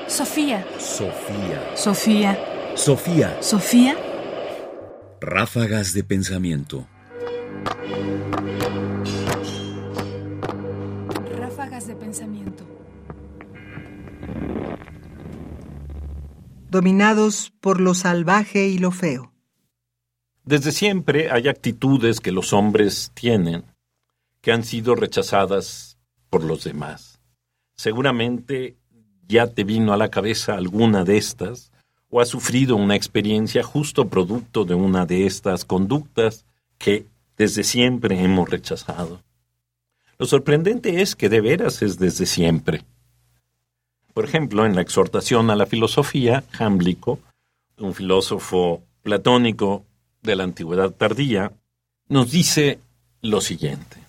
Sofía. Sofía. Sofía. Sofía. Sofía. Ráfagas de pensamiento. Ráfagas de pensamiento. Dominados por lo salvaje y lo feo. Desde siempre hay actitudes que los hombres tienen que han sido rechazadas por los demás. Seguramente ya te vino a la cabeza alguna de estas o has sufrido una experiencia justo producto de una de estas conductas que desde siempre hemos rechazado. Lo sorprendente es que de veras es desde siempre. Por ejemplo, en la exhortación a la filosofía, Jámblico, un filósofo platónico de la antigüedad tardía, nos dice lo siguiente.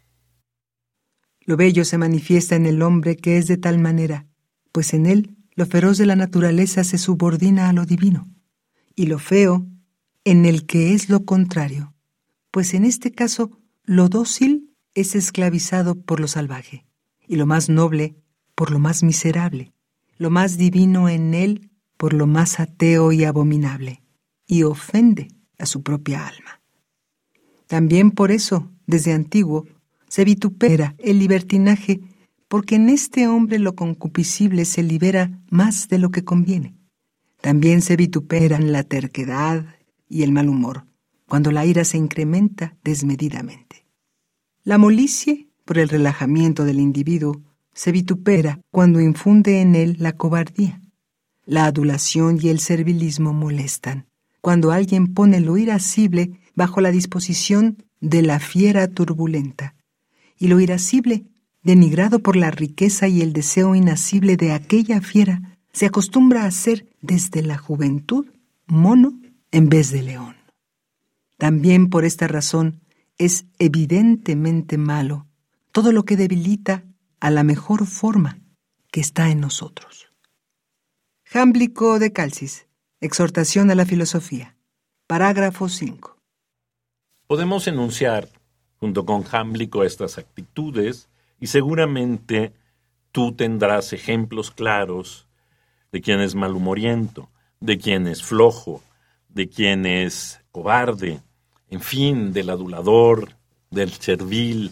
Lo bello se manifiesta en el hombre que es de tal manera, pues en él lo feroz de la naturaleza se subordina a lo divino, y lo feo en el que es lo contrario, pues en este caso lo dócil es esclavizado por lo salvaje, y lo más noble por lo más miserable, lo más divino en él por lo más ateo y abominable, y ofende a su propia alma. También por eso, desde antiguo, se vitupera el libertinaje, porque en este hombre lo concupiscible se libera más de lo que conviene. También se vituperan la terquedad y el mal humor, cuando la ira se incrementa desmedidamente. La molicie, por el relajamiento del individuo, se vitupera cuando infunde en él la cobardía. La adulación y el servilismo molestan, cuando alguien pone lo irascible bajo la disposición de la fiera turbulenta, y lo irascible, denigrado por la riqueza y el deseo inasible de aquella fiera, se acostumbra a ser desde la juventud mono en vez de león. También por esta razón es evidentemente malo todo lo que debilita a la mejor forma que está en nosotros. Jámblico de Calcis, exhortación a la filosofía, parágrafo 5. Podemos enunciar, junto con Jámblico, estas actitudes, y seguramente tú tendrás ejemplos claros de quién es malhumoriento, de quién es flojo, de quién es cobarde, en fin, del adulador, del servil.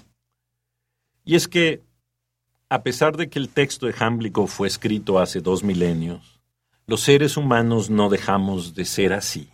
Y es que, a pesar de que el texto de Jámblico fue escrito hace 2 milenios, los seres humanos no dejamos de ser así.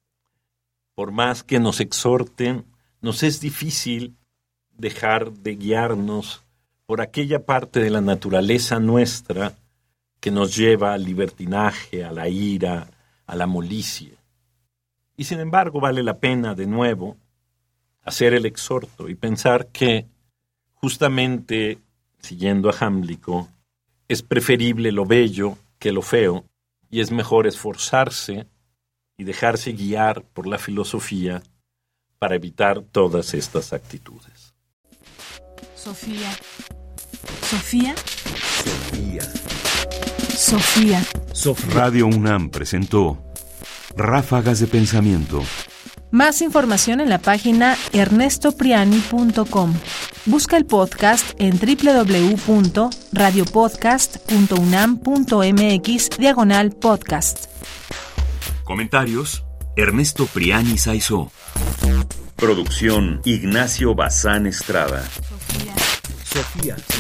Por más que nos exhorten, nos es difícil dejar de guiarnos por aquella parte de la naturaleza nuestra que nos lleva al libertinaje, a la ira, a la molicie. Y sin embargo vale la pena de nuevo hacer el exhorto y pensar que justamente, siguiendo a Jámblico, es preferible lo bello que lo feo y es mejor esforzarse y dejarse guiar por la filosofía para evitar todas estas actitudes. Sofía. Sofía. Sofía. Sofía. Radio UNAM presentó Ráfagas de Pensamiento. Más información en la página ernestopriani.com. Busca el podcast en www.radiopodcast.unam.mx/podcast. Comentarios: Ernesto Priani Saizó. Producción: Ignacio Bazán Estrada. Sofía.